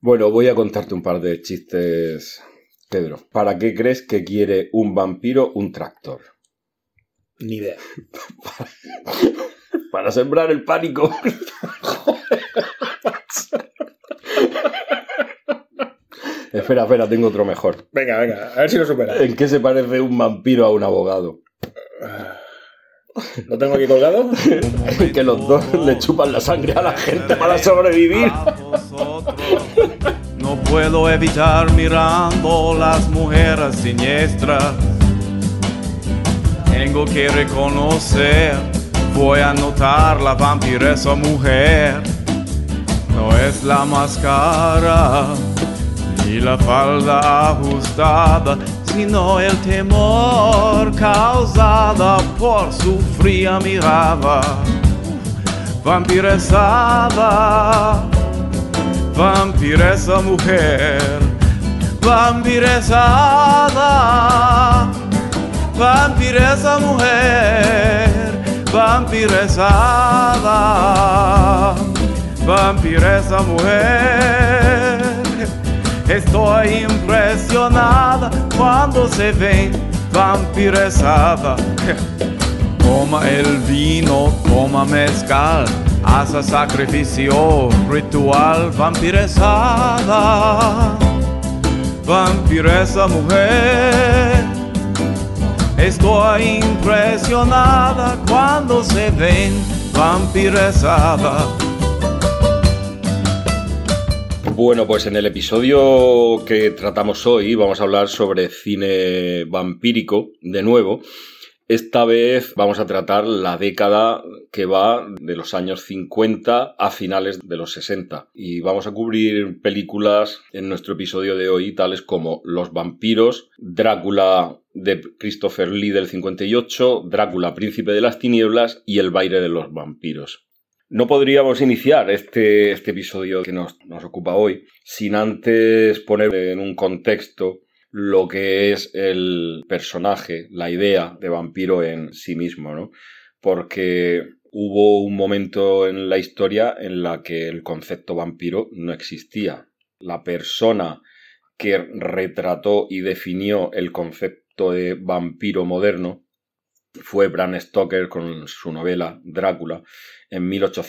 Bueno, voy a contarte un par de chistes, Pedro. ¿Para qué crees que quiere un vampiro un tractor? Ni idea. Para sembrar el pánico. Espera, tengo otro mejor. Venga, a ver si lo superas. ¿En qué se parece un vampiro a un abogado? ¿Lo tengo aquí colgado? Que los dos le chupan la sangre a la gente para sobrevivir. No puedo evitar mirando las mujeres siniestras. Tengo que reconocer, voy a notar la vampiresa mujer. No es la máscara ni la falda ajustada, sino el temor causada por su fría mirada. Vampiresada, vampiresa mujer, vampiresada, vampiresa mujer, vampiresada, vampiresa mujer. Estoy impresionada cuando se ven vampiresada. Toma el vino, toma mezcal, hace sacrificio ritual. Vampiresada, vampiresa mujer. Estoy impresionada cuando se ven vampiresada. Bueno, pues en el episodio que tratamos hoy vamos a hablar sobre cine vampírico, de nuevo. Esta vez vamos a tratar la década que va de los años 50 a finales de los 60. Y vamos a cubrir películas en nuestro episodio de hoy, tales como Los vampiros, Drácula de Christopher Lee del 58, Drácula, príncipe de las tinieblas y El baile de los vampiros. No podríamos iniciar este episodio que nos ocupa hoy sin antes poner en un contexto lo que es el personaje, la idea de vampiro en sí mismo, ¿no? Porque hubo un momento en la historia en la que el concepto vampiro no existía. La persona que retrató y definió el concepto de vampiro moderno fue Bram Stoker con su novela Drácula en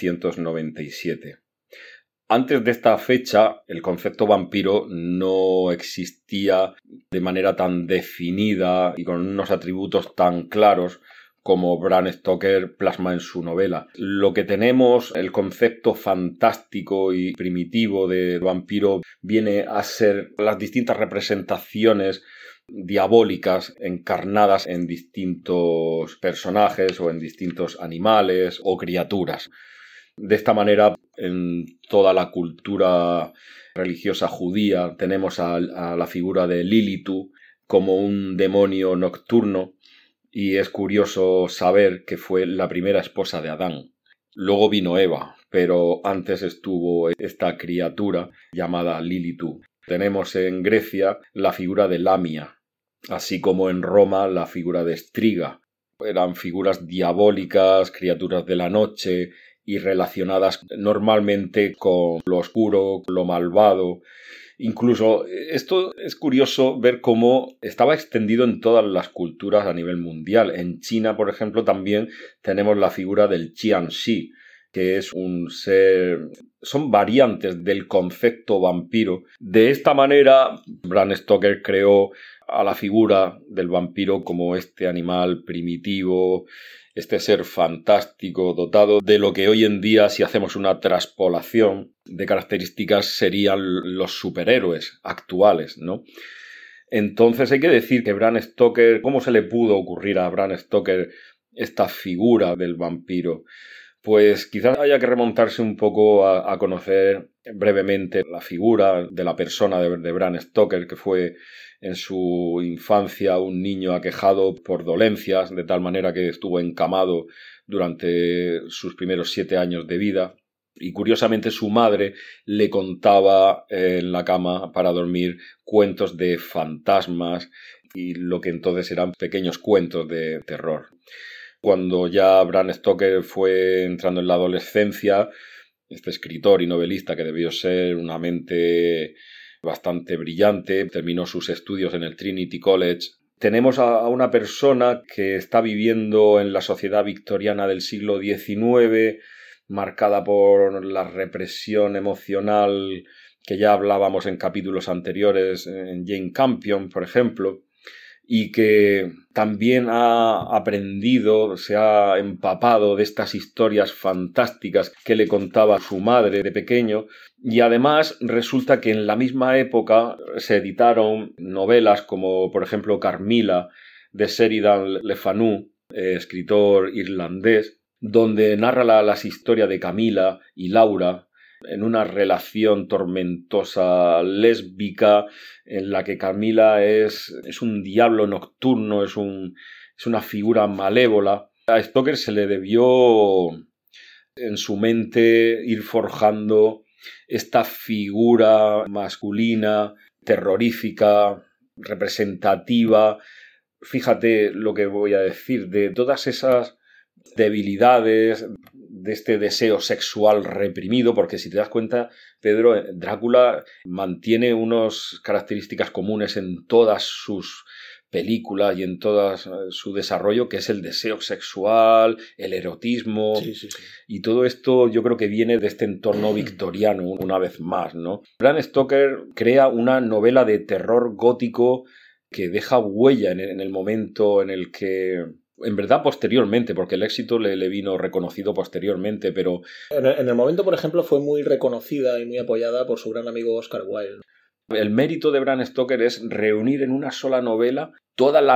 1897. Antes de esta fecha, el concepto vampiro no existía de manera tan definida y con unos atributos tan claros como Bram Stoker plasma en su novela. Lo que tenemos, el concepto fantástico y primitivo de vampiro, viene a ser las distintas representaciones diabólicas encarnadas en distintos personajes o en distintos animales o criaturas. De esta manera, en toda la cultura religiosa judía tenemos a la figura de Lilith como un demonio nocturno, y es curioso saber que fue la primera esposa de Adán. Luego vino Eva, pero antes estuvo esta criatura llamada Lilith. Tenemos en Grecia la figura de Lamia, así como en Roma la figura de Striga. Eran figuras diabólicas, criaturas de la noche y relacionadas normalmente con lo oscuro, lo malvado. Incluso esto es curioso ver cómo estaba extendido en todas las culturas a nivel mundial. En China, por ejemplo, también tenemos la figura del Qianxi, que es un ser... Son variantes del concepto vampiro. De esta manera, Bram Stoker creó a la figura del vampiro como este animal primitivo, este ser fantástico, dotado de lo que hoy en día, si hacemos una traspolación de características, serían los superhéroes actuales, ¿no? Entonces hay que decir que Bram Stoker, ¿cómo se le pudo ocurrir a Bram Stoker esta figura del vampiro? Pues quizás haya que remontarse un poco a conocer brevemente la figura de la persona de Bram Stoker, que fue en su infancia un niño aquejado por dolencias, de tal manera que estuvo encamado durante sus primeros 7 años de vida. Y curiosamente su madre le contaba en la cama para dormir cuentos de fantasmas y lo que entonces eran pequeños cuentos de terror. Cuando ya Bram Stoker fue entrando en la adolescencia, este escritor y novelista que debió ser una mente bastante brillante, terminó sus estudios en el Trinity College. Tenemos a una persona que está viviendo en la sociedad victoriana del siglo XIX, marcada por la represión emocional que ya hablábamos en capítulos anteriores, en Jane Campion, por ejemplo, y que también ha aprendido, se ha empapado de estas historias fantásticas que le contaba su madre de pequeño, y además resulta que en la misma época se editaron novelas como, por ejemplo, Carmilla, de Sheridan Le Fanu, escritor irlandés, donde narra las historias de Camila y Laura en una relación tormentosa lésbica en la que Camila es un diablo nocturno, es una figura malévola. A Stoker se le debió en su mente ir forjando esta figura masculina, terrorífica, representativa. Fíjate lo que voy a decir, de todas esas debilidades, de este deseo sexual reprimido, porque si te das cuenta, Pedro, Drácula mantiene unas características comunes en todas sus películas y en todo su desarrollo, que es el deseo sexual, el erotismo, Sí. y todo esto yo creo que viene de este entorno victoriano, una vez más, ¿no? Bram Stoker crea una novela de terror gótico que deja huella en el momento en el que... En verdad, posteriormente, porque el éxito le vino reconocido posteriormente, pero... En el momento, por ejemplo, fue muy reconocida y muy apoyada por su gran amigo Oscar Wilde. El mérito de Bram Stoker es reunir en una sola novela toda la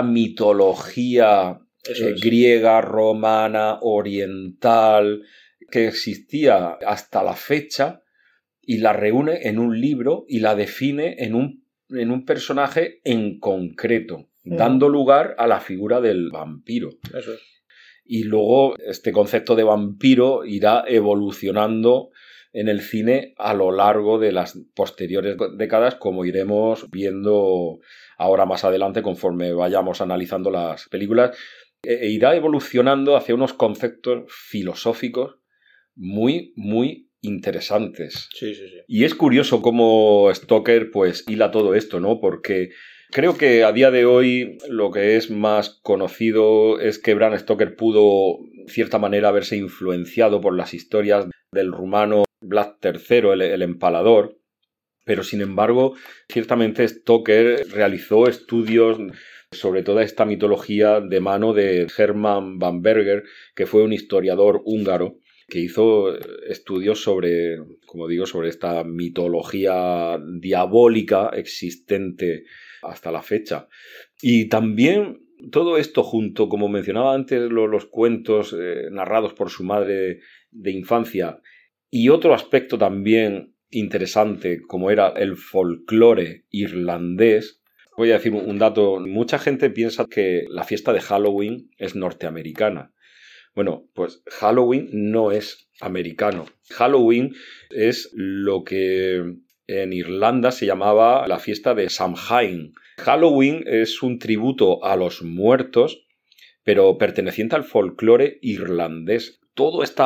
mitología griega, romana, oriental, que existía hasta la fecha, y la reúne en un libro y la define en un personaje en concreto, dando lugar a la figura del vampiro. Eso es. Y luego este concepto de vampiro irá evolucionando en el cine a lo largo de las posteriores décadas, como iremos viendo ahora más adelante conforme vayamos analizando las películas. Irá evolucionando hacia unos conceptos filosóficos muy, muy interesantes. Sí. Y es curioso cómo Stoker pues hila todo esto, ¿no? Porque creo que a día de hoy lo que es más conocido es que Bram Stoker pudo, de cierta manera, haberse influenciado por las historias del rumano Vlad III, el empalador, pero sin embargo, ciertamente Stoker realizó estudios sobre toda esta mitología de mano de Herman van Berger, que fue un historiador húngaro, que hizo estudios sobre, como digo, sobre esta mitología diabólica existente hasta la fecha. Y también todo esto junto, como mencionaba antes, los cuentos narrados por su madre de infancia, y otro aspecto también interesante, como era el folclore irlandés. Voy a decir un dato. Mucha gente piensa que la fiesta de Halloween es norteamericana. Bueno, pues Halloween no es americano. Halloween es lo que en Irlanda se llamaba la fiesta de Samhain. Halloween es un tributo a los muertos, pero perteneciente al folclore irlandés. Todo este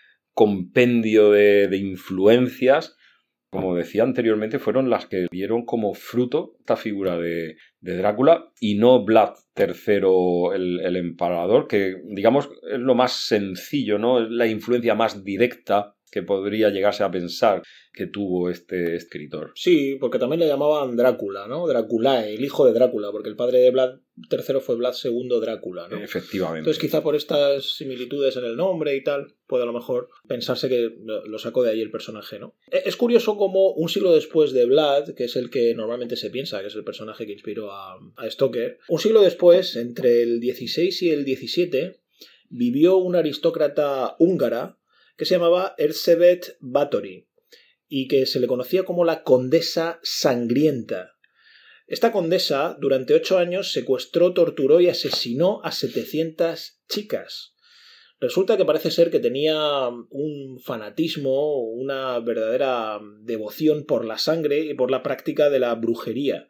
compendio de influencias, como decía anteriormente, fueron las que dieron como fruto esta figura de Drácula, y no Vlad III el emperador, que digamos es lo más sencillo, ¿no? Es la influencia más directa que podría llegarse a pensar que tuvo este escritor. Sí, porque también le llamaban Drácula, ¿no? Draculae, el hijo de Drácula, porque el padre de Vlad III fue Vlad II Drácula, ¿no? Efectivamente. Entonces quizá por estas similitudes en el nombre y tal, puede a lo mejor pensarse que lo sacó de ahí el personaje, ¿no? Es curioso cómo un siglo después de Vlad, que es el que normalmente se piensa que es el personaje que inspiró a Stoker, un siglo después, entre el 16 y el 17, vivió una aristócrata húngara que se llamaba Erzsébet Báthory y que se le conocía como la Condesa Sangrienta. Esta condesa durante 8 años secuestró, torturó y asesinó a 700 chicas. Resulta que parece ser que tenía un fanatismo, una verdadera devoción por la sangre y por la práctica de la brujería.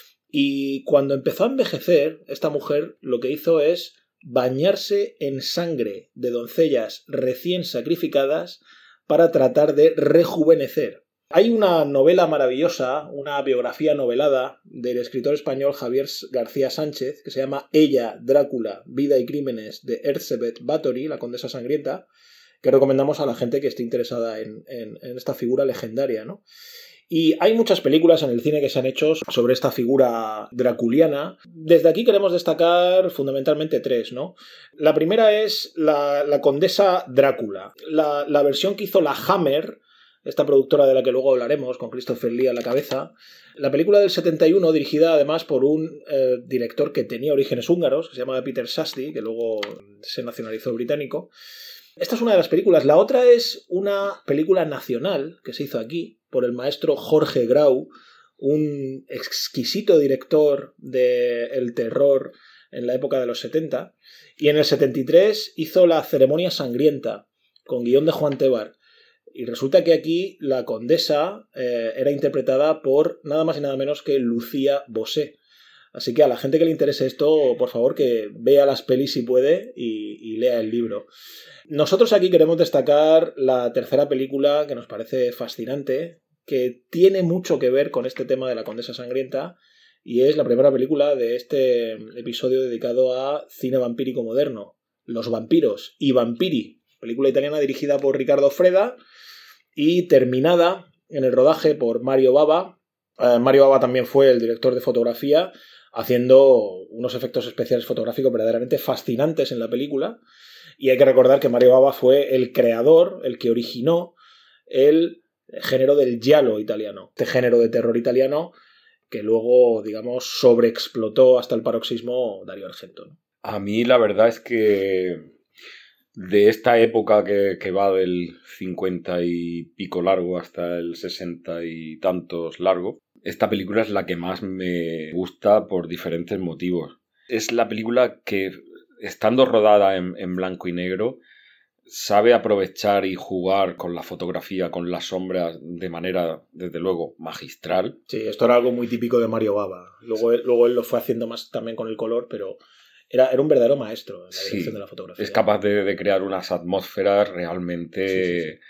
Y cuando empezó a envejecer, esta mujer lo que hizo es bañarse en sangre de doncellas recién sacrificadas para tratar de rejuvenecer. Hay una novela maravillosa, una biografía novelada del escritor español Javier García Sánchez, que se llama Ella, Drácula, Vida y Crímenes de Elizabeth Bathory, la condesa sangrienta, que recomendamos a la gente que esté interesada en esta figura legendaria, ¿no? Y hay muchas películas en el cine que se han hecho sobre esta figura draculiana. Desde aquí queremos destacar fundamentalmente 3, ¿no? La primera es la condesa Drácula. La versión que hizo la Hammer, esta productora de la que luego hablaremos, con Christopher Lee a la cabeza. La película del 71, dirigida además por un director que tenía orígenes húngaros, que se llama Peter Sasty, que luego se nacionalizó británico. Esta es una de las películas. La otra es una película nacional que se hizo aquí por el maestro Jorge Grau, un exquisito director del terror en la época de los 70. Y en el 73 hizo La ceremonia sangrienta, con guión de Juan Tebar. Y resulta que aquí la condesa era interpretada por nada más y nada menos que Lucía Bosé. Así que a la gente que le interese esto, por favor, que vea las pelis si puede y lea el libro. Nosotros aquí queremos destacar la tercera película que nos parece fascinante, que tiene mucho que ver con este tema de la condesa sangrienta, y es la primera película de este episodio dedicado a cine vampírico moderno, Los vampiros y Vampiri, película italiana dirigida por Riccardo Freda y terminada en el rodaje por Mario Bava. Mario Bava también fue el director de fotografía, haciendo unos efectos especiales fotográficos verdaderamente fascinantes en la película. Y hay que recordar que Mario Bava fue el creador, el que originó el género del giallo italiano, este género de terror italiano que luego, digamos, sobreexplotó hasta el paroxismo Dario Argento, ¿no? A mí la verdad es que de esta época que va del 50 y pico largo hasta el 60 y tantos largo, esta película es la que más me gusta por diferentes motivos. Es la película que, estando rodada en blanco y negro, sabe aprovechar y jugar con la fotografía, con las sombras, de manera, desde luego, magistral. Sí, esto era algo muy típico de Mario Bava. Luego él lo fue haciendo más también con el color, pero era un verdadero maestro en la dirección de la fotografía. Es capaz de crear unas atmósferas realmente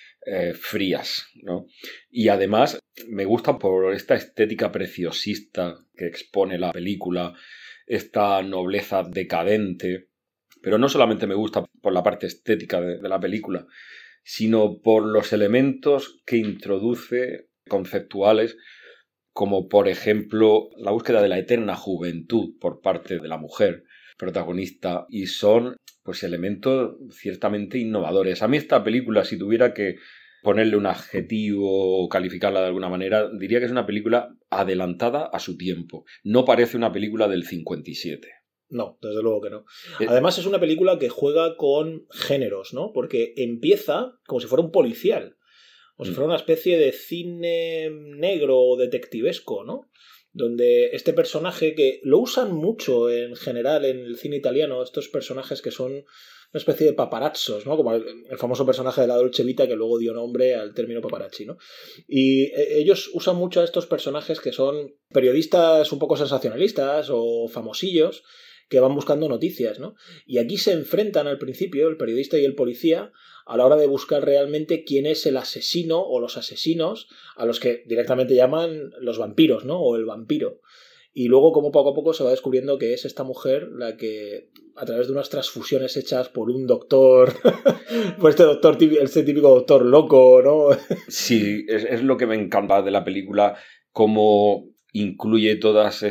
frías, ¿no? Y además me gusta por esta estética preciosista que expone la película, esta nobleza decadente. Pero no solamente me gusta por la parte estética de la película, sino por los elementos que introduce conceptuales, como por ejemplo la búsqueda de la eterna juventud por parte de la mujer protagonista, y son pues elementos ciertamente innovadores. A mí esta película, si tuviera que ponerle un adjetivo o calificarla de alguna manera, diría que es una película adelantada a su tiempo. No parece una película del 57. No, desde luego que no. Además es una película que juega con géneros, ¿no? Porque empieza como si fuera un policial, como si fuera una especie de cine negro o detectivesco, ¿no? Donde este personaje, que lo usan mucho en general en el cine italiano, estos personajes que son una especie de paparazzos, ¿no? Como el famoso personaje de la Dolce Vita que luego dio nombre al término paparazzi, ¿no? Y ellos usan mucho a estos personajes que son periodistas un poco sensacionalistas o famosillos, que van buscando noticias, ¿no? Y aquí se enfrentan al principio, el periodista y el policía, a la hora de buscar realmente quién es el asesino o los asesinos, a los que directamente llaman los vampiros, ¿no? O el vampiro. Y luego, como poco a poco se va descubriendo que es esta mujer la que, a través de unas transfusiones hechas por un doctor, por este típico doctor loco, ¿no? Sí, es lo que me encanta de la película, cómo incluye todos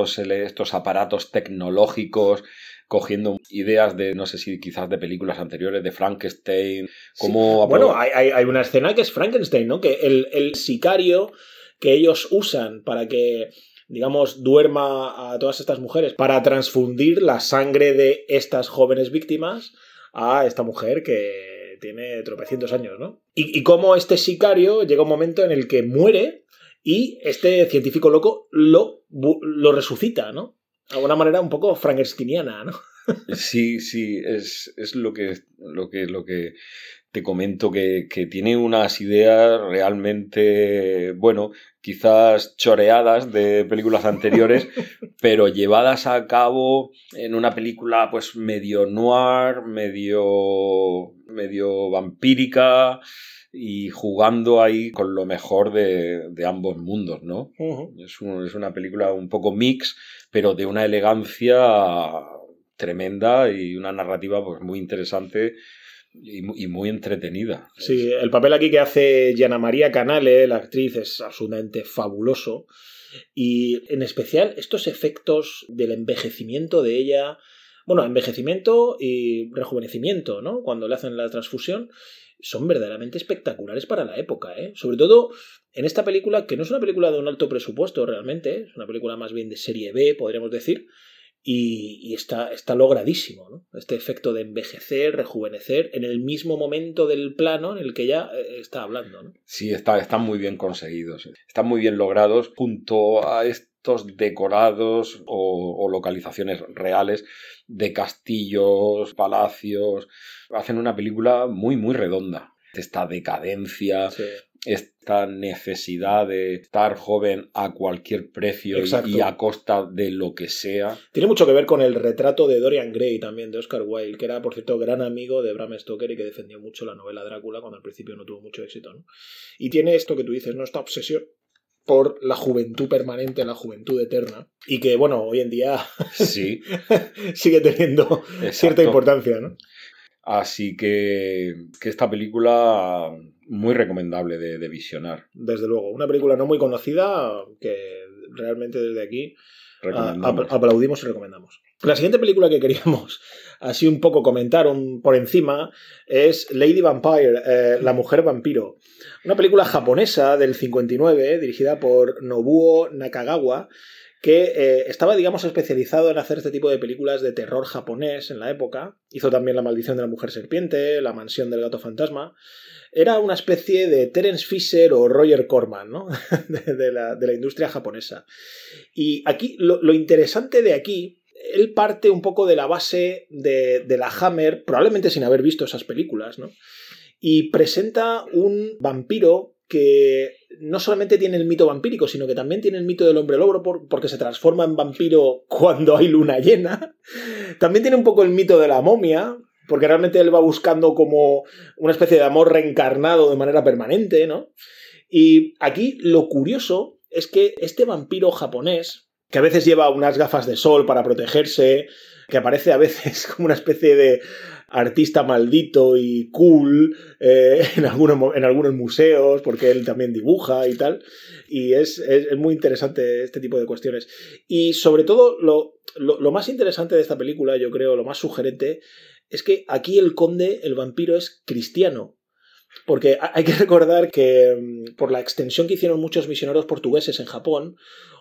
estos aparatos tecnológicos, cogiendo ideas de, no sé si quizás de películas anteriores, de Frankenstein. Como sí. Bueno, hay una escena que es Frankenstein, ¿no? Que el sicario que ellos usan para que, digamos, duerma a todas estas mujeres, para transfundir la sangre de estas jóvenes víctimas a esta mujer que tiene tropecientos años, ¿no? Y cómo este sicario llega un momento en el que muere y este científico loco lo resucita, ¿no? De alguna manera un poco frankensteiniana, ¿no? Sí, es lo que te comento, que tiene unas ideas realmente, bueno, quizás choreadas de películas anteriores, pero llevadas a cabo en una película pues medio noir, medio vampírica, y jugando ahí con lo mejor de ambos mundos, ¿no? Uh-huh. Es una película un poco mix, pero de una elegancia tremenda y una narrativa pues muy interesante y muy entretenida. Sí, el papel aquí que hace Gianna Maria Canale, la actriz, es absolutamente fabuloso. Y en especial estos efectos del envejecimiento de ella, bueno, envejecimiento y rejuvenecimiento, ¿no? Cuando le hacen la transfusión, son verdaderamente espectaculares para la época, ¿eh? Sobre todo en esta película, que no es una película de un alto presupuesto realmente, es una película más bien de serie B, podríamos decir, y está logradísimo, ¿no? Este efecto de envejecer, rejuvenecer, en el mismo momento del plano en el que ella está hablando, ¿no? Sí, están muy bien conseguidos, están muy bien logrados junto a estos decorados o localizaciones reales de castillos, palacios. Hacen una película muy, muy redonda. Esta decadencia, sí, esta necesidad de estar joven a cualquier precio y a costa de lo que sea. Tiene mucho que ver con el retrato de Dorian Gray también, de Oscar Wilde, que era, por cierto, gran amigo de Bram Stoker y que defendió mucho la novela Drácula cuando al principio no tuvo mucho éxito, ¿no? Y tiene esto que tú dices, ¿no? Esta obsesión por la juventud permanente, la juventud eterna, y que, bueno, hoy en día sí. sigue teniendo cierta importancia, ¿no? Así que esta película muy recomendable de visionar. Desde luego, una película no muy conocida que realmente desde aquí aplaudimos y recomendamos. La siguiente película que queríamos así un poco comentar por encima es Lady Vampire, La mujer vampiro. Una película japonesa del 59 dirigida por Nobuo Nakagawa, que estaba, digamos, especializado en hacer este tipo de películas de terror japonés en la época. Hizo también La maldición de la mujer serpiente, La mansión del gato fantasma. Era una especie de Terence Fisher o Roger Corman, ¿no? de la industria japonesa. Y aquí, lo interesante de aquí, él parte un poco de la base de la Hammer, probablemente sin haber visto esas películas, ¿no? Y presenta un vampiro que no solamente tiene el mito vampírico, sino que también tiene el mito del hombre lobo porque se transforma en vampiro cuando hay luna llena. También tiene un poco el mito de la momia, porque realmente él va buscando como una especie de amor reencarnado de manera permanente, ¿no? Y aquí lo curioso es que este vampiro japonés, que a veces lleva unas gafas de sol para protegerse, que aparece a veces como una especie de artista maldito y cool en algunos museos, porque él también dibuja y tal, y es muy interesante este tipo de cuestiones. Y sobre todo, lo más interesante de esta película, yo creo, lo más sugerente, es que aquí el conde, el vampiro, es cristiano. Porque hay que recordar que por la extensión que hicieron muchos misioneros portugueses en Japón,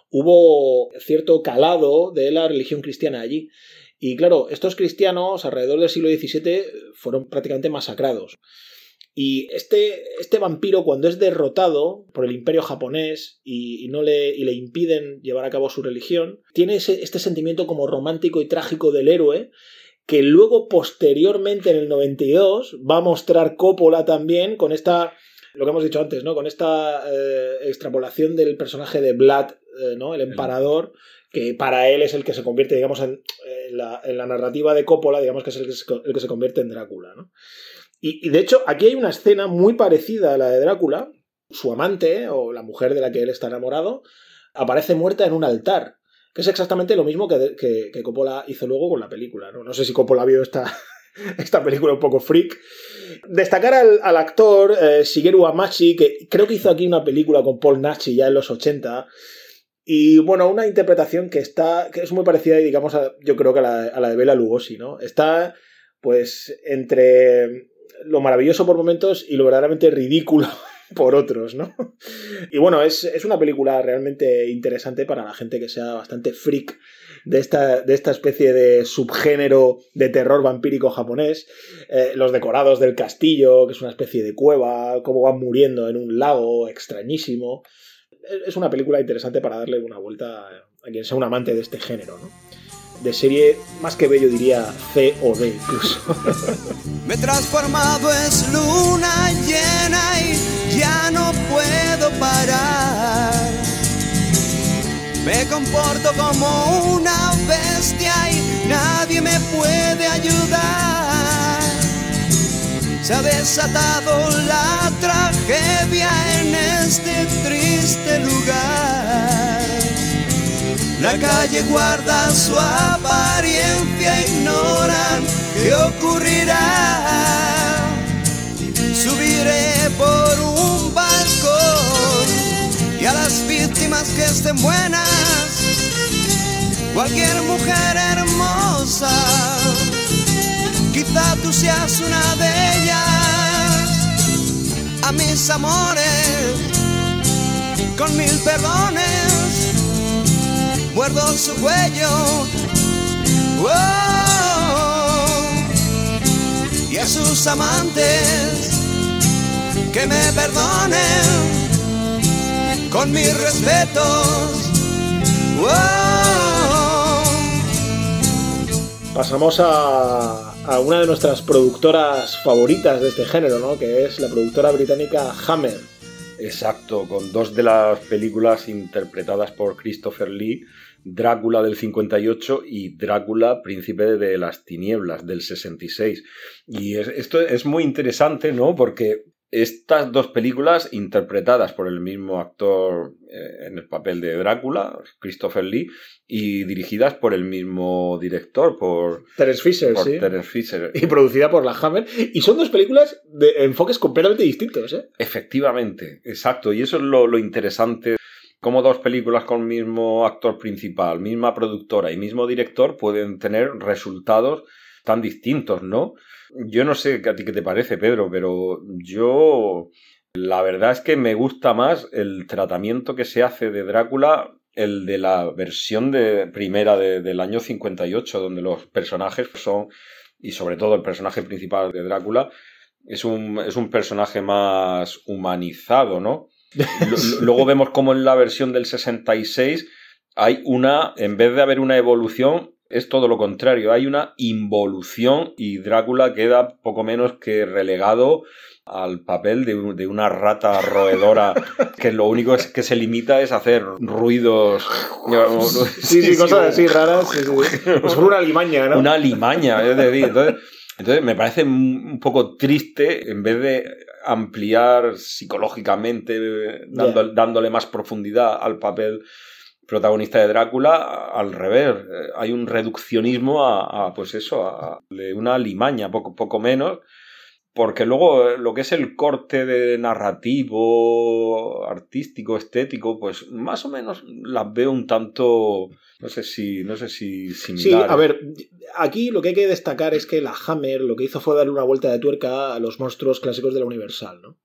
hubo cierto calado de la religión cristiana allí. Y claro, estos cristianos alrededor del siglo XVII fueron prácticamente masacrados. Y este vampiro, cuando es derrotado por el imperio japonés y le impiden llevar a cabo su religión, tiene este sentimiento como romántico y trágico del héroe, que luego posteriormente en el 92 va a mostrar Coppola también con esta, lo que hemos dicho antes, ¿no? Con esta extrapolación del personaje de Vlad, ¿no? El emperador, que para él es el que se convierte, digamos, en la narrativa de Coppola, digamos que es el que se convierte en Drácula, ¿no? Y de hecho, aquí hay una escena muy parecida a la de Drácula. Su amante, o la mujer de la que él está enamorado, aparece muerta en un altar, que es exactamente lo mismo que Coppola hizo luego con la película, ¿no? No sé si Coppola vio esta película un poco freak. Destacar al actor Shigeru Hamachi, que creo que hizo aquí una película con Paul Naschy ya en los 80. Y bueno, una interpretación que es muy parecida, digamos, yo creo que a la de Bela Lugosi, ¿no? Está, pues, entre lo maravilloso por momentos y lo verdaderamente ridículo por otros, ¿no? Y bueno, es una película realmente interesante para la gente que sea bastante freak de esta especie de subgénero de terror vampírico japonés. Los decorados del castillo, que es una especie de cueva, cómo van muriendo en un lago extrañísimo. Es una película interesante para darle una vuelta a quien sea un amante de este género, ¿no? De serie, más que B, yo diría C o D incluso. Me he transformado, es luna llena y ya no puedo parar. Me comporto como una bestia y nadie me puede ayudar. Se ha desatado la tragedia en este triste lugar. La calle guarda su apariencia, ignoran qué ocurrirá. Subiré por un balcón y a las víctimas que estén buenas, cualquier mujer hermosa, quizá tú seas una de ellas. A mis amores, con 1000 perdones, muerdo su cuello. Oh, y a sus amantes, que me perdonen, con mis respetos. Oh. Pasamos a una de nuestras productoras favoritas de este género, ¿no? Que es la productora británica Hammer. Exacto, con 2 de las películas interpretadas por Christopher Lee, Drácula del 58 y Drácula, Príncipe de las Tinieblas del 66. Y esto es muy interesante, ¿no? Porque estas 2 películas, interpretadas por el mismo actor en el papel de Drácula, Christopher Lee, y dirigidas por el mismo director, por Terence Fisher, sí. Terence Fisher. Y producida por la Hammer. Y son 2 películas de enfoques completamente distintos, ¿eh? Efectivamente, exacto. Y eso es lo interesante. Cómo 2 películas con el mismo actor principal, misma productora y mismo director pueden tener resultados tan distintos, ¿no? Yo no sé a ti qué te parece, Pedro, pero yo la verdad es que me gusta más el tratamiento que se hace de Drácula, el de la versión primera del año 58, donde los personajes son, y sobre todo el personaje principal de Drácula, es un personaje más humanizado, ¿no? Luego vemos como en la versión del 66 hay en vez de haber una evolución, es todo lo contrario, hay una involución y Drácula queda poco menos que relegado al papel de una rata roedora que lo único que se limita es hacer ruidos. Sí, cosas así raras. Sí. Pues por una alimaña, ¿no? Una alimaña, es decir, entonces me parece un poco triste, en vez de ampliar psicológicamente, dándole más profundidad al papel protagonista de Drácula, al revés, hay un reduccionismo de una alimaña, poco menos, porque luego lo que es el corte de narrativo, artístico, estético, pues más o menos las veo un tanto, no sé si similares. Sí, a ver, aquí lo que hay que destacar es que la Hammer lo que hizo fue darle una vuelta de tuerca a los monstruos clásicos de la Universal, ¿no?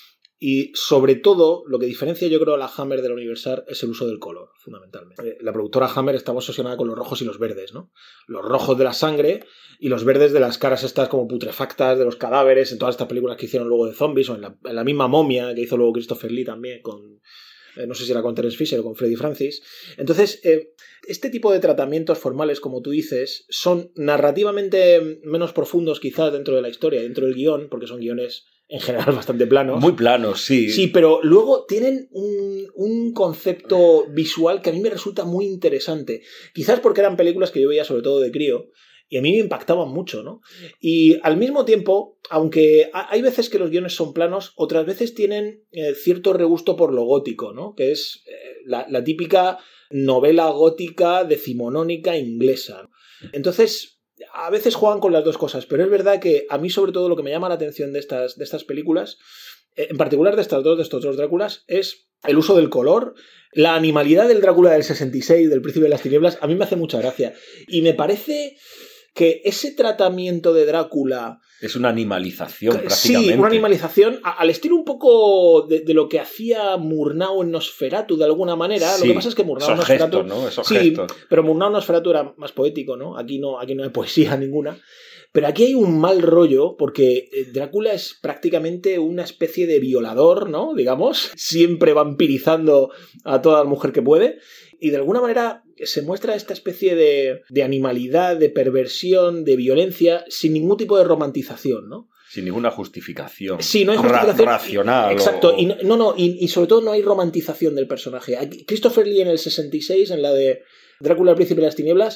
Y sobre todo, lo que diferencia yo creo a la Hammer de la Universal es el uso del color, fundamentalmente. La productora Hammer está obsesionada con los rojos y los verdes, ¿no? Los rojos de la sangre y los verdes de las caras estas como putrefactas de los cadáveres en todas estas películas que hicieron luego de zombies o en la misma Momia que hizo luego Christopher Lee también con... no sé si era con Terence Fisher o con Freddie Francis. Entonces, este tipo de tratamientos formales, como tú dices, son narrativamente menos profundos quizás dentro de la historia, dentro del guión, porque son guiones en general bastante planos. Muy planos, sí. Sí, pero luego tienen un concepto visual que a mí me resulta muy interesante. Quizás porque eran películas que yo veía sobre todo de crío, y a mí me impactaban mucho, ¿no? Y al mismo tiempo, aunque hay veces que los guiones son planos, otras veces tienen cierto regusto por lo gótico, ¿no? Que es la típica novela gótica decimonónica inglesa. Entonces, a veces juegan con las 2 cosas, pero es verdad que a mí sobre todo lo que me llama la atención de estas películas, en particular de estos 2 Dráculas, es el uso del color. La animalidad del Drácula del 66, del Príncipe de las Tinieblas, a mí me hace mucha gracia. Y me parece que ese tratamiento de Drácula... Es una animalización, prácticamente. Sí, una animalización al estilo un poco de lo que hacía Murnau en Nosferatu, de alguna manera. Sí, lo que pasa es que Murnau en Nosferatu... Gestos, ¿no? Esos sí, gestos. Pero Murnau en Nosferatu era más poético, ¿no? Aquí no hay poesía ninguna. Pero aquí hay un mal rollo porque Drácula es prácticamente una especie de violador, ¿no? Digamos, siempre vampirizando a toda mujer que puede. Y de alguna manera se muestra esta especie de animalidad, de perversión, de violencia, sin ningún tipo de romantización, ¿no? Sin ninguna justificación. Sí, no hay justificación racional. Exacto. Y sobre todo no hay romantización del personaje. Christopher Lee en el 66, en la de Drácula, el Príncipe de las Tinieblas,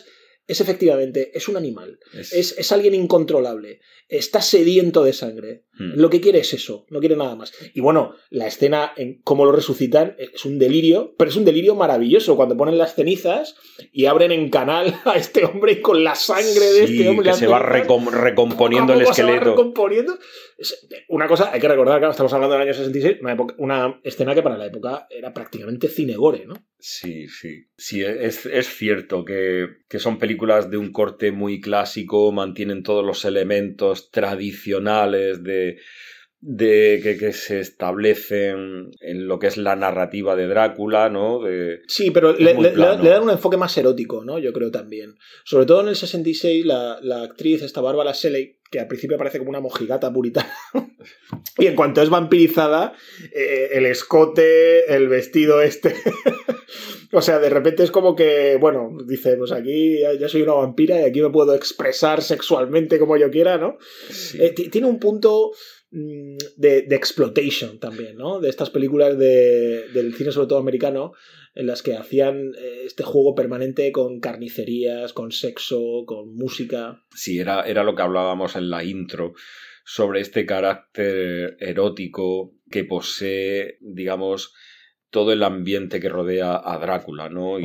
es efectivamente, es un animal, es alguien incontrolable, está sediento de sangre, lo que quiere es eso, no quiere nada más. Y bueno, la escena, en cómo lo resucitan, es un delirio, pero es un delirio maravilloso, cuando ponen las cenizas y abren en canal a este hombre y con la sangre de este hombre... que se va recomponiendo el esqueleto. Se va recomponiendo. Es una cosa, hay que recordar, claro, estamos hablando del año 66, una escena que para la época era prácticamente cine gore, ¿no? Sí, es cierto que son películas de un corte muy clásico, mantienen todos los elementos tradicionales que se establecen en lo que es la narrativa de Drácula, ¿no? Sí, pero le dan un enfoque más erótico, ¿no? Yo creo también. Sobre todo en el 66, la actriz, esta Bárbara Shelley, que al principio parece como una mojigata puritana, y en cuanto es vampirizada, el escote, el vestido o sea, de repente es como que, bueno, dice, pues aquí ya soy una vampira y aquí me puedo expresar sexualmente como yo quiera, ¿no? Sí. Tiene un punto de exploitation también, ¿no? De estas películas del cine, sobre todo americano, en las que hacían este juego permanente con carnicerías, con sexo, con música. Sí, era lo que hablábamos en la intro, sobre este carácter erótico que posee, digamos, todo el ambiente que rodea a Drácula, ¿no?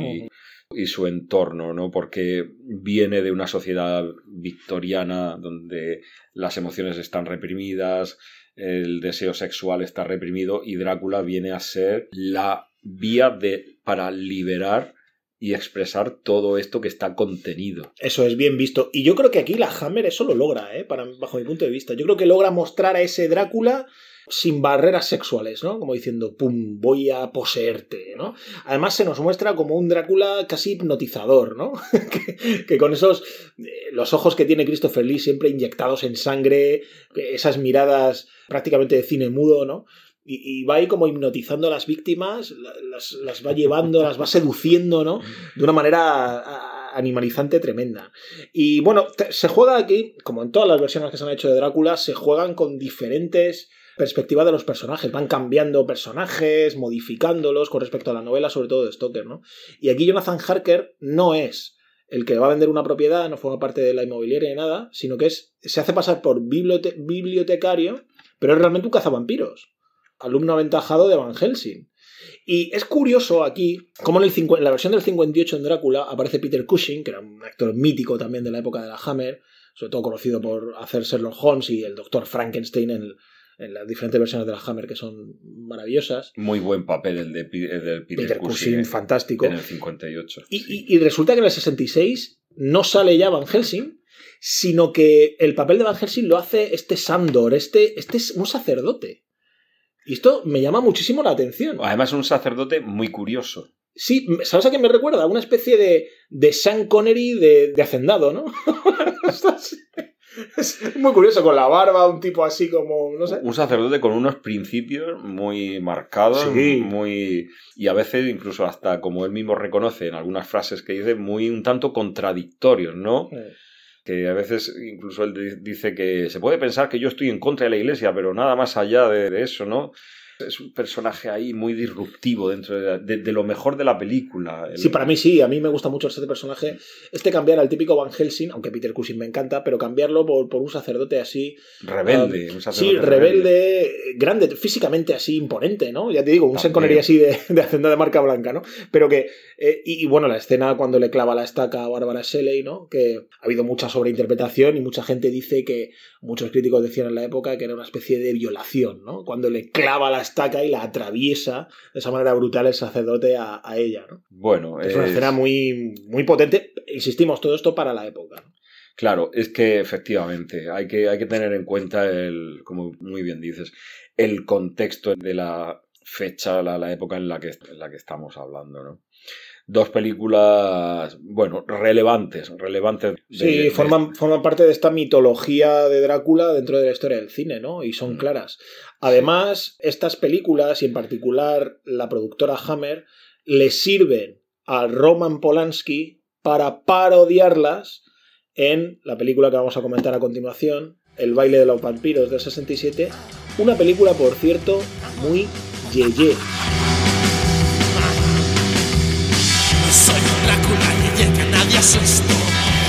Y su entorno, ¿no? Porque viene de una sociedad victoriana donde las emociones están reprimidas, el deseo sexual está reprimido, y Drácula viene a ser la vía para liberar y expresar todo esto que está contenido. Eso es bien visto. Y yo creo que aquí la Hammer eso lo logra, bajo mi punto de vista. Yo creo que logra mostrar a ese Drácula sin barreras sexuales, ¿no? Como diciendo, pum, voy a poseerte, ¿no? Además se nos muestra como un Drácula casi hipnotizador, ¿no? que con esos, los ojos que tiene Christopher Lee siempre inyectados en sangre, esas miradas prácticamente de cine mudo, ¿no? Y va ahí como hipnotizando a las víctimas, las va llevando, las va seduciendo, ¿no? De una manera animalizante tremenda. Y bueno, se juega aquí, como en todas las versiones que se han hecho de Drácula, se juegan con diferentes perspectivas de los personajes. Van cambiando personajes, modificándolos con respecto a la novela, sobre todo de Stoker, ¿no? Y aquí Jonathan Harker no es el que va a vender una propiedad, no forma parte de la inmobiliaria ni nada, sino que se hace pasar por bibliotecario, pero es realmente un cazavampiros. Alumno aventajado de Van Helsing. Y es curioso aquí cómo en la versión del 58 en Drácula aparece Peter Cushing, que era un actor mítico también de la época de la Hammer, sobre todo conocido por hacer Sherlock Holmes y el Dr. Frankenstein en las diferentes versiones de la Hammer, que son maravillosas. Muy buen papel el de Peter Cushing, fantástico. En el 58. Y resulta que en el 66 no sale ya Van Helsing, sino que el papel de Van Helsing lo hace Sandor, este es un sacerdote. Y esto me llama muchísimo la atención. Además, un sacerdote muy curioso. Sí, ¿sabes a qué me recuerda? Una especie de Sean Connery de hacendado, ¿no? Es muy curioso, con la barba, un tipo así como, no sé. Un sacerdote con unos principios muy marcados, sí. Y a veces incluso hasta, como él mismo reconoce en algunas frases que dice, muy un tanto contradictorios, ¿no? Sí. Que a veces incluso él dice que se puede pensar que yo estoy en contra de la iglesia, pero nada más allá de eso, ¿no? Es un personaje ahí muy disruptivo dentro de lo mejor de la película. Sí, para mí sí, a mí me gusta mucho este personaje. Cambiar al típico Van Helsing, aunque Peter Cushing me encanta, pero cambiarlo por un sacerdote así... Rebelde. Un sacerdote rebelde, grande, físicamente así imponente, ¿no? Ya te digo, un Sean Connery así de hacenda de marca blanca, ¿no? Pero que... y bueno, la escena cuando le clava la estaca a Bárbara Shelley, ¿no? Que ha habido mucha sobreinterpretación y mucha gente dice que... Muchos críticos decían en la época que era una especie de violación, ¿no? Cuando le clava la estaca y la atraviesa de esa manera brutal el sacerdote a ella, ¿no? Bueno, es una escena muy, muy potente. Insistimos, todo esto para la época, ¿no? Claro, es que efectivamente hay que tener en cuenta como muy bien dices, el contexto de la fecha, la época en la que estamos hablando, ¿no? Dos películas, bueno, relevantes. Sí, forman parte de esta mitología de Drácula dentro de la historia del cine, ¿no? Y son claras. Además, estas películas, y en particular la productora Hammer, le sirven a Roman Polanski para parodiarlas en la película que vamos a comentar a continuación, El baile de los vampiros del 67, una película, por cierto, muy yeye. Soy un Drácula y que nadie asustó.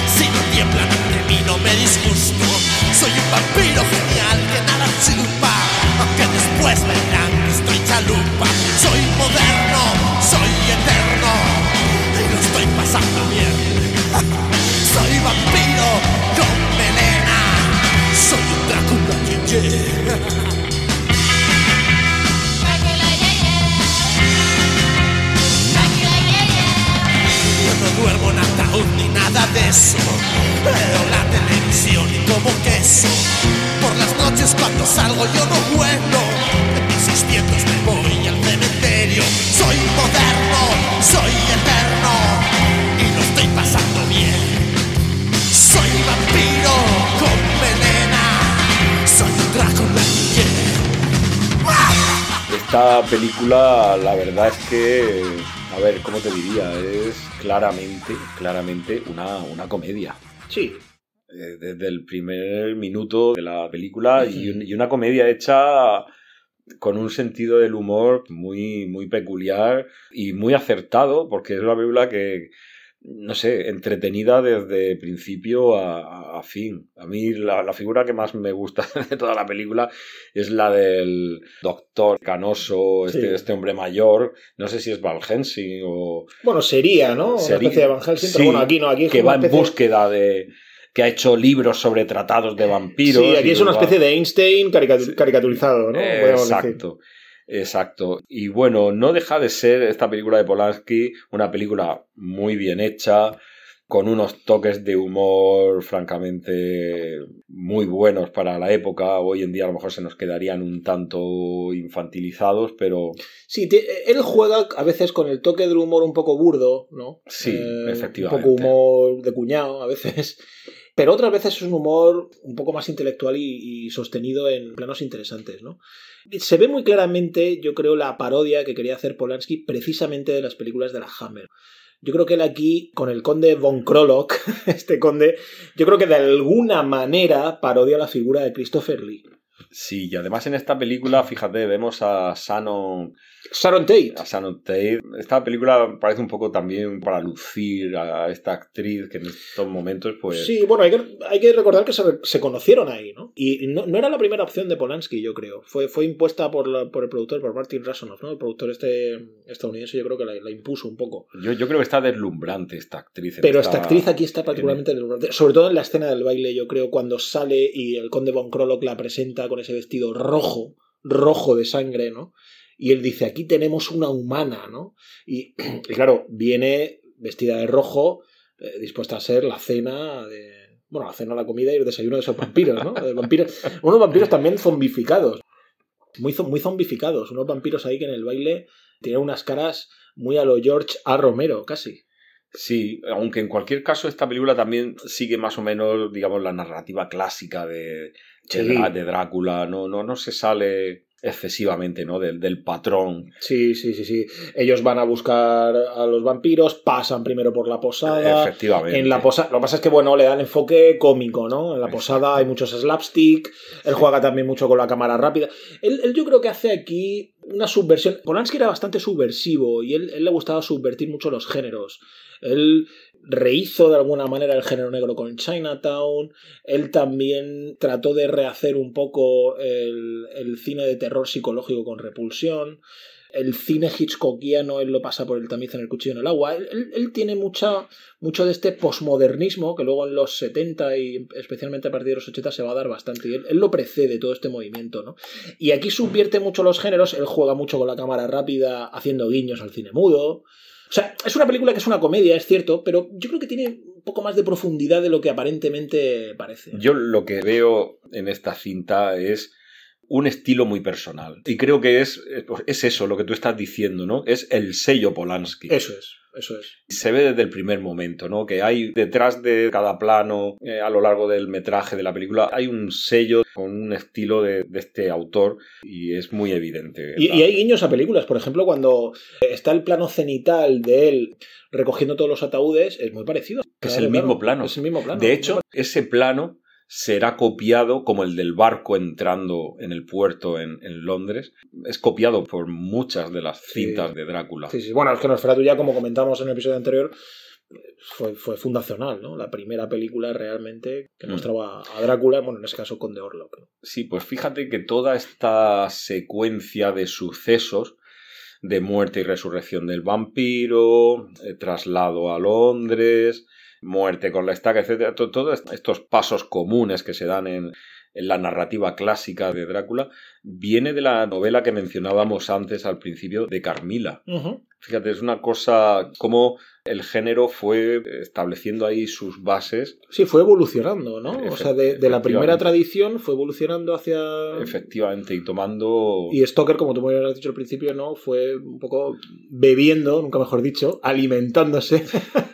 nada de eso. Veo la televisión y como queso. Por las noches cuando salgo yo no vuelo. En mis 600 me voy al cementerio. Soy moderno, soy eterno y lo estoy pasando bien. Soy vampiro con melena. Soy un Drácula Guillén. Esta película, la verdad es que, a ver, ¿cómo te diría? Es claramente una comedia. Sí. Desde el primer minuto de la película y una comedia hecha con un sentido del humor muy, muy peculiar y muy acertado, porque es una película que, no sé, entretenida desde principio a fin. A mí la figura que más me gusta de toda la película es la del doctor canoso, este hombre mayor, no sé si es Van Helsing o... Bueno, sería, ¿no? Una especie de Van Helsing, sí, pero bueno, aquí no. Aquí es que va en especie... búsqueda de... que ha hecho libros sobre tratados de vampiros. Sí, aquí es una especie de Einstein caricaturizado, ¿no? Exacto. Y bueno, no deja de ser esta película de Polanski una película muy bien hecha, con unos toques de humor francamente muy buenos para la época. Hoy en día a lo mejor se nos quedarían un tanto infantilizados, pero... Sí, él juega a veces con el toque del humor un poco burdo, ¿no? Sí, efectivamente. Un poco humor de cuñado a veces... Pero otras veces es un humor un poco más intelectual y sostenido en planos interesantes, ¿no? Se ve muy claramente, yo creo, la parodia que quería hacer Polanski precisamente de las películas de la Hammer. Yo creo que él aquí, con el conde von Krolok, este conde, yo creo que de alguna manera parodia la figura de Christopher Lee. Sí, y además en esta película, fíjate, vemos a Sharon Tate. Esta película parece un poco también para lucir a esta actriz que en estos momentos, pues... Sí, bueno, hay que recordar que se conocieron ahí, ¿no? Y no era la primera opción de Polanski, yo creo. Fue impuesta por el productor, por Martin Rasonoff, ¿no? El productor estadounidense, yo creo que la impuso un poco. Yo creo que está deslumbrante esta actriz. Pero esta actriz aquí está particularmente deslumbrante. Sobre todo en la escena del baile, yo creo, cuando sale y el conde von Krolok la presenta con ese vestido rojo de sangre, ¿no? Y él dice, aquí tenemos una humana, ¿no? Y claro, viene vestida de rojo, dispuesta a ser la cena de... Bueno, la cena, la comida y el desayuno de esos vampiros, ¿no? Unos vampiros también zombificados. Muy zombificados. Unos vampiros ahí que en el baile tienen unas caras muy a lo George A. Romero, casi. Sí, aunque en cualquier caso esta película también sigue más o menos, digamos, la narrativa clásica de Drácula. No se sale excesivamente, ¿no? Del patrón. Sí. Ellos van a buscar a los vampiros, pasan primero por la posada. Efectivamente. En la posada, lo que pasa es que, bueno, le dan enfoque cómico, ¿no? En la posada hay muchos slapstick, él juega también mucho con la cámara rápida. Él yo creo que hace aquí una subversión. Polanski era bastante subversivo y él le gustaba subvertir mucho los géneros. Él rehizo de alguna manera el género negro con Chinatown. Él también trató de rehacer un poco el cine de terror psicológico con Repulsión. El cine hitchcockiano él lo pasa por el tamiz en el cuchillo en el agua. Él tiene mucho de este posmodernismo que luego en los 70 y especialmente a partir de los 80 se va a dar bastante. Y él lo precede todo este movimiento, ¿no? Y aquí subvierte mucho los géneros. Él juega mucho con la cámara rápida haciendo guiños al cine mudo. O sea, es una película que es una comedia, es cierto, pero yo creo que tiene un poco más de profundidad de lo que aparentemente parece. Yo lo que veo en esta cinta es un estilo muy personal. Y creo que es eso lo que tú estás diciendo, ¿no? Es el sello Polanski. Eso es. Se ve desde el primer momento, ¿no? Que hay detrás de cada plano, a lo largo del metraje de la película, hay un sello con un estilo de este autor y es muy evidente. Y hay guiños a películas. Por ejemplo, cuando está el plano cenital de él recogiendo todos los ataúdes, es muy parecido. Es el mismo plano. Es el mismo plano. De hecho, ese plano será copiado como el del barco entrando en el puerto en Londres. Es copiado por muchas de las cintas de Drácula. Sí. Bueno, es que Nosferatu ya, como comentamos en el episodio anterior, fue fundacional, ¿no? La primera película realmente que mostraba a Drácula, bueno, en ese caso Conde Orlok, ¿no? Sí, pues fíjate que toda esta secuencia de sucesos de muerte y resurrección del vampiro, traslado a Londres, muerte con la estaca, etcétera, todos estos pasos comunes que se dan en la narrativa clásica de Drácula, viene de la novela que mencionábamos antes al principio de Carmilla. Fíjate, es una cosa como el género fue estableciendo ahí sus bases. Sí, fue evolucionando, ¿no? O sea, de la primera tradición fue evolucionando hacia... Efectivamente, y tomando... Y Stoker, como tú me habías dicho al principio, ¿no? Fue un poco bebiendo, nunca mejor dicho, alimentándose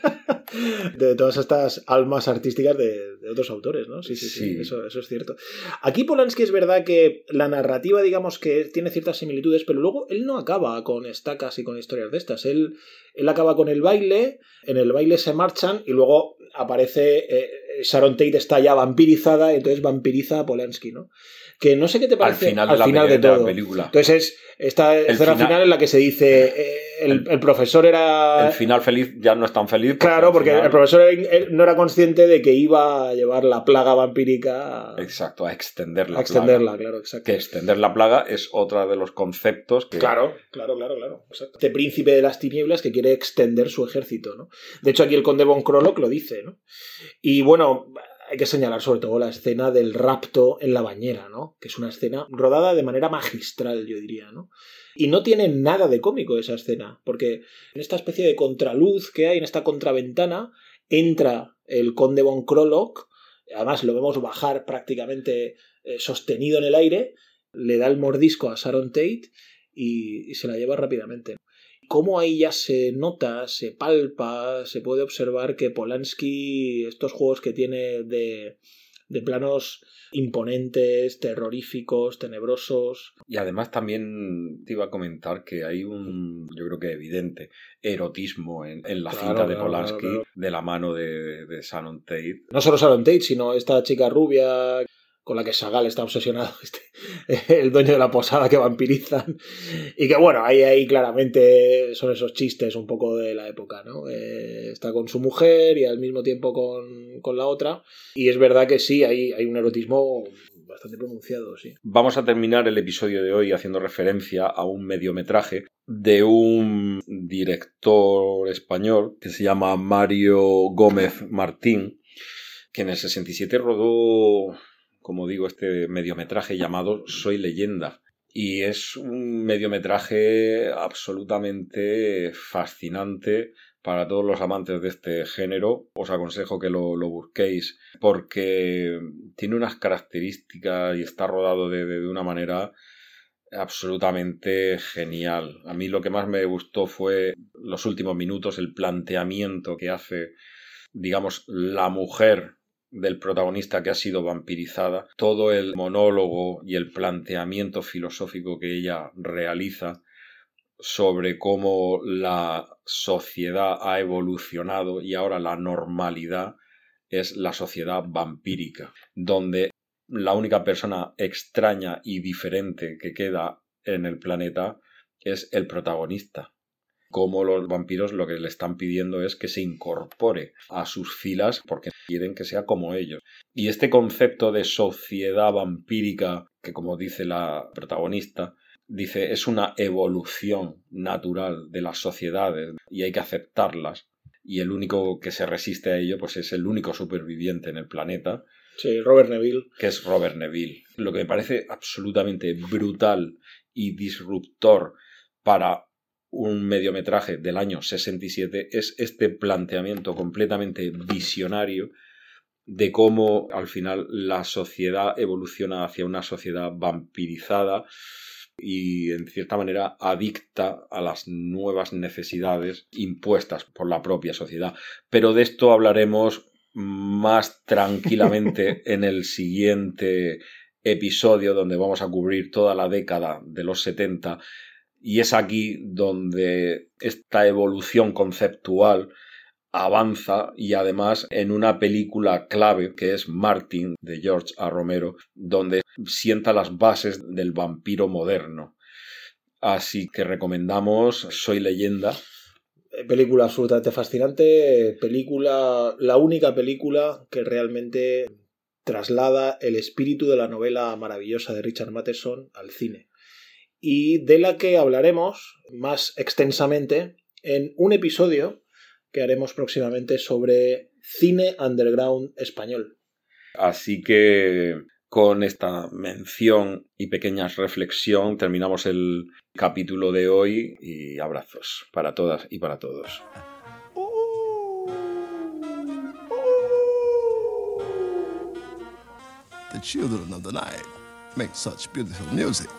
de todas estas almas artísticas de otros autores, ¿no? Sí. Eso es cierto. Aquí Polanski es verdad que la narrativa, digamos que tiene ciertas similitudes, pero luego él no acaba con estacas y con historias de estas. Él acaba con el baile, en el baile se marchan y luego aparece Sharon Tate está ya vampirizada, entonces vampiriza a Polanski, ¿no? Que no sé qué te parece al final de todo. La película. Entonces esta escena final en la que se dice el profesor era... El final feliz ya no es tan feliz. Claro, porque el profesor no era consciente de que iba a llevar la plaga vampírica... Exacto, a extender la plaga. Claro, exacto. Que extender la plaga es otro de los conceptos que... Claro. Exacto. Este príncipe de las tinieblas que quiere extender su ejército, ¿no? De hecho, aquí el conde von Krolok lo dice, ¿no? Y bueno... Hay que señalar sobre todo la escena del rapto en la bañera, ¿no? Que es una escena rodada de manera magistral, yo diría, ¿no? Y no tiene nada de cómico esa escena, porque en esta especie de contraluz que hay, en esta contraventana, entra el conde von Krolok, además lo vemos bajar prácticamente sostenido en el aire, le da el mordisco a Sharon Tate y se la lleva rápidamente. Cómo ahí ya se nota, se palpa, se puede observar que Polanski, estos juegos que tiene de planos imponentes, terroríficos, tenebrosos... Y además también te iba a comentar que hay yo creo que evidente, erotismo en la cinta de Polanski, de la mano de Sharon Tate. No solo Sharon Tate, sino esta chica rubia... con la que Chagall está obsesionado, el dueño de la posada que vampirizan, y que bueno, ahí claramente son esos chistes un poco de la época, ¿no? Está con su mujer y al mismo tiempo con la otra, y es verdad que sí, hay un erotismo bastante pronunciado, sí. Vamos a terminar el episodio de hoy haciendo referencia a un mediometraje de un director español que se llama Mario Gómez Martín, que en el 67 rodó... como digo, este mediometraje llamado Soy Leyenda. Y es un mediometraje absolutamente fascinante para todos los amantes de este género. Os aconsejo que lo busquéis porque tiene unas características y está rodado de una manera absolutamente genial. A mí lo que más me gustó fue los últimos minutos, el planteamiento que hace, digamos, la mujer del protagonista que ha sido vampirizada, todo el monólogo y el planteamiento filosófico que ella realiza sobre cómo la sociedad ha evolucionado y ahora la normalidad es la sociedad vampírica, donde la única persona extraña y diferente que queda en el planeta es el protagonista. Como los vampiros lo que le están pidiendo es que se incorpore a sus filas porque quieren que sea como ellos. Y este concepto de sociedad vampírica, que como dice la protagonista, dice es una evolución natural de las sociedades y hay que aceptarlas. Y el único que se resiste a ello pues es el único superviviente en el planeta. Sí, Robert Neville. Que es Robert Neville. Lo que me parece absolutamente brutal y disruptor para un mediometraje del año 67 es este planteamiento completamente visionario de cómo al final la sociedad evoluciona hacia una sociedad vampirizada y en cierta manera adicta a las nuevas necesidades impuestas por la propia sociedad. Pero de esto hablaremos más tranquilamente en el siguiente episodio, donde vamos a cubrir toda la década de los 70. Y es aquí donde esta evolución conceptual avanza y además en una película clave que es Martin de George A. Romero, donde sienta las bases del vampiro moderno. Así que recomendamos Soy Leyenda. Película absolutamente fascinante, la única película que realmente traslada el espíritu de la novela maravillosa de Richard Matheson al cine. Y de la que hablaremos más extensamente en un episodio que haremos próximamente sobre cine underground español. Así que Con esta mención y pequeña reflexión terminamos el capítulo de hoy y abrazos para todas y para todos. The children of the night make such beautiful music.